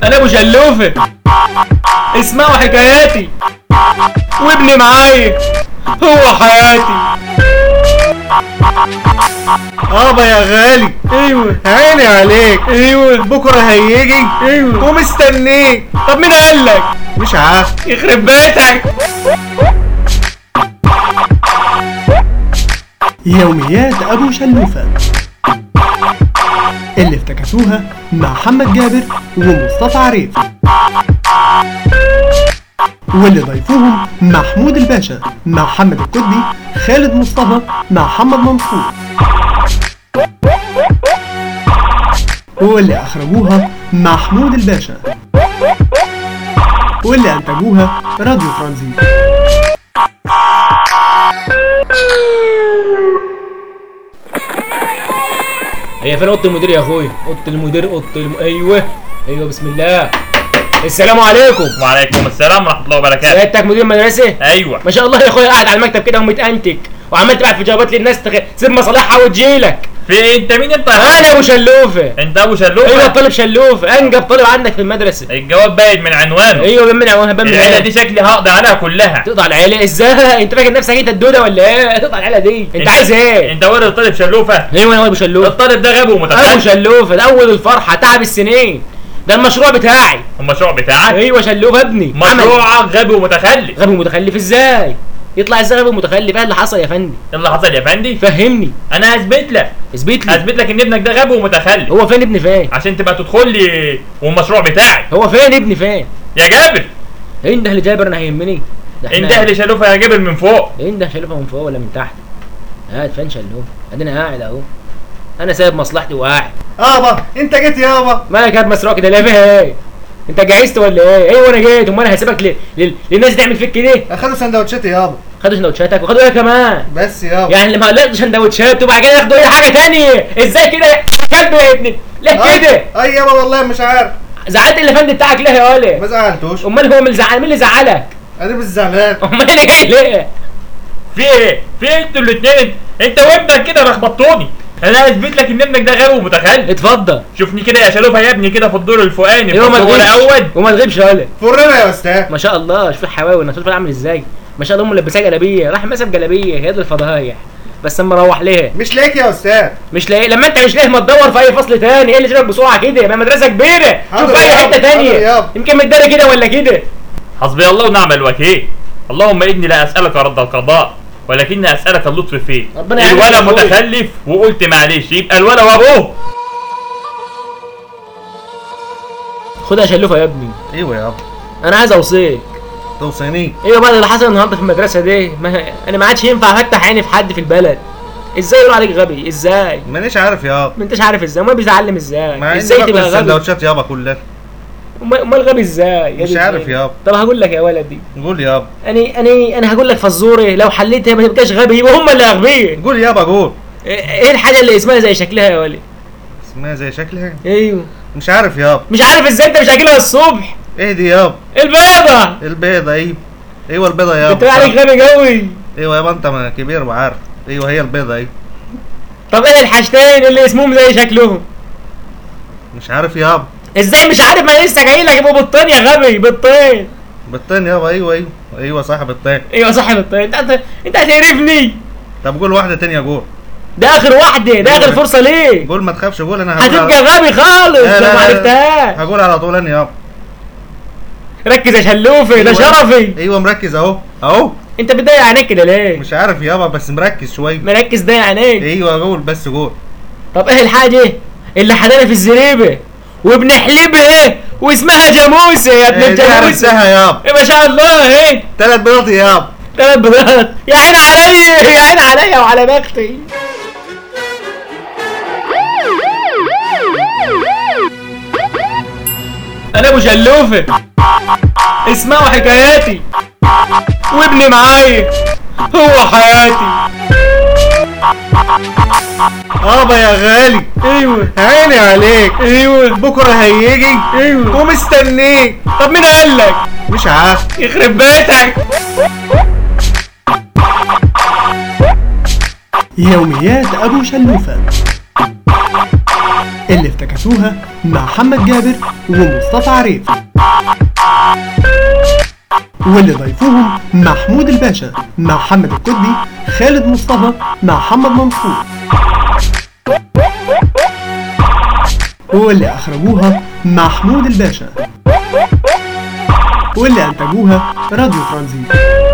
انا ابو شلوفه، اسمعوا حكاياتي وابني معايا هو حياتي. ابا يا غالي، ايوه عيني عليك، ايوه بكره هيجي ايوه. ومستنيك. طب مين قال لك؟ مش عارف. يخرب بيتك. يوميات أبو شلوفة اللي افتكسوها مع محمد جابر ومصطفى عريف، واللي ضيفوهم محمود الباشا مع محمد الكتبي، خالد مصطفى مع محمد منصور، واللي أخرجوها محمود الباشا، واللي أنتجوها راديو ترانزيت. هي فين اوضه المدير يا اخويا؟ اوضه المدير، ايوه ايوه. بسم الله. السلام عليكم. وعليكم السلام ورحمه الله وبركاته. سيادتك مدير مدرسه؟ ايوه ما شاء الله يا اخويا، قاعد على المكتب كده ومتأنتك وعمال تبعت في جوابات للناس تسيب مصالحها وتجيلك. في إيه؟ انت مين انت؟ انا ابو شلوفه. انت ابو شلوفه؟ ايوه طالب شلوفه، انجب طالب عندك في المدرسه. الجواب باين من عنوانه. ايوه من عنوانها، بان من العيله دي شكلي هقضي عليها كلها. تقضي على العيله ازاي؟ انت فاكر نفسك انت الدوده ولا ايه؟ تقضي على العيله دي. انت عايز ايه؟ انت ولد الطالب شلوفه؟ ايوه انا ابو شلوفه. الطالب ده غبي ابو ومتخلف. شلوفه ده اول الفرحه، تعب السنين، ده المشروع بتاعي. المشروع بتاعك؟ ايوه شلوفه ابني. مشروعك غبي ومتخلف. غبي ومتخلف ازاي؟ يطلع ازاي غبي ومتخلف؟ ايه اللي حصل يا فندم؟ ايه اللي حصل يا فندي؟ فهمني. انا هثبت لك اثبت ان ابنك ده غبي ومتخلف. هو فين ابني فين؟ عشان تبقى تدخل لي والمشروع بتاعي. هو فين ابني فين؟ يا جابر. انده اللي جابر انا هيهمني. انده اللي شلوفه يا جابر من فوق. انده شلوفه من فوق ولا من تحت؟ قاعد فين شلوفه؟ ادينا قاعد اهو، انا سايب مصلحتي وقاعد. ابا انت جيت يابا. مالك يا مسروق كده ليه؟ فيها ايه؟ انت جهزت ولا ايه؟ ايوه انا جيت. امال انا هسيبك للناس تعمل فيك كده؟ اخدوا سندوتشاتي يابا. خدوا سندوتشاتك وخدوا ايه كمان؟ بس يابا. يعني لما لقيتوا سندوتشات وبعد كده ياخدوا اي حاجه ثانيه؟ ازاي كده يا كلب يا ابني؟ ليه كده؟ اي يابا والله مش عارف. زعلت الافندي بتاعك ليه يا ولد؟ ما زعلتوش. امال هو مين اللي زعلك؟ انا مش زعلان. امال انا جاي ليه؟ في ايه؟ انتوا الاثنين، انت وابنك كده لخبطتوني. انا هثبت لك ان ابنك ده غبي ومتخلف. اتفضل. شوفني كده يا شلوفه يا ابني كده في الدور الفوقاني في ايوه الدور الاول. وما تغيبش يا ولد. فرنا يا استاذ. ما شاء الله شوف الحواوي والنصوص عامل ازاي. ما شاء الله ملبساه جلابيه، راح ماسك جلابيه هي دي الفضايح. بس اما اروح ليه؟ مش لاقي يا استاذ. مش لاقي. لما انت مش لاقي ما تدور في اي فصل تاني. ايه اللي جابك بسرعه كده؟ ما مدرسه كبيره، شوف في اي حته تانيه. يمكن متداري كده ولا كده. حسبي الله ونعم الوكيل. اللهم اني لا اسالك رد القضاء ولكني اسالك اللطف فيه. الولد متخلف وقلت معلش، يبقى الولد وابوه. خدها يا شلوفه يا ابني. ايوه يابا. انا عايز اوصيك. توصيني؟ ايوه بعد اللي حصل النهارده في المدرسه دي، انا ما عادش ينفع افتح عيني في حد في البلد. ازاي يقول عليك غبي؟ ازاي؟ مانيش عارف يابا. ما انتش عارف ازاي؟ امال بيتعلم ازاي؟ ازاي تبقى غبي؟ السندوتشات يابا كلها. امال غبي ازاي؟ مش عارف يابا. طب هقول لك يا ولدي. قول يابا. انا هقول لك فزوره، لو حليتها ما تبقاش غبي، يبقى هم اللي اغبياء. قول يابا قول. ايه الحاجه اللي اسمها زي شكلها يا ولد؟ اسمها زي شكلها؟ ايوه. مش عارف يابا. مش عارف ازاي؟ انت مش هاكلها الصبح. ايه دي يابا؟ البيضه. البيضه. ايوه البيضه يابا. انت عليك غبي قوي. ايوه يابا انت ما كبير وعارف. ايوه هي البيضه. ايوه. طب ايه الحاجتين اللي اسمهم زي شكلهم؟ مش عارف يابا. ازاي مش عارف؟ ما انا لسه جاي لك. يبقوا بيضتين يا غبي، بيضتين. بيضتين يابا. ايوه صح بيضتين. ايوه صح بيضتين. انت هتقرفني. طب قول واحده تانية قول. ده اخر واحده، ده اخر فرصه ليه. قول ما تخافش قول. انا هقول. هتبقى غبي خالص لو ما عرفتهاش. هقول على طول انا يابا. ركز يا شلوفي. ده شرفي. ايوه مركز اهو. انت بتضيق عينيك كده ليه؟ مش عارف يابا بس مركز شويه. مركز ضيق عينيك. ايوه قول بس قول. طب ايه الحاجه اللي حدانا في الزريبه وبنحلبها واسمها جاموسه يا ابن الجاموسه؟ يابا. ما شاء الله. ايه 3 بيضات يابا. 3 بيضات. يا عين عليا، يا عين عليا وعلى بختي. انا ابو شلوفه، اسمعوا حكاياتي وابني معايا هو حياتي. ابا يا غالي. ايوه عيني عليك. ايوه. بكره هيجي ايوه ومستنيك. طب مين قال لك؟ مش عارف. يخرب بيتك. يوميات أبو شلوفة اللي افتكسوها مع محمد جابر ومصطفى عريف، واللي ضيفوهم محمود الباشا مع محمد القدبي، خالد مصطفى مع محمد منصور، واللي اخرجوها محمود الباشا، واللي انتجوها راديو ترانزيت.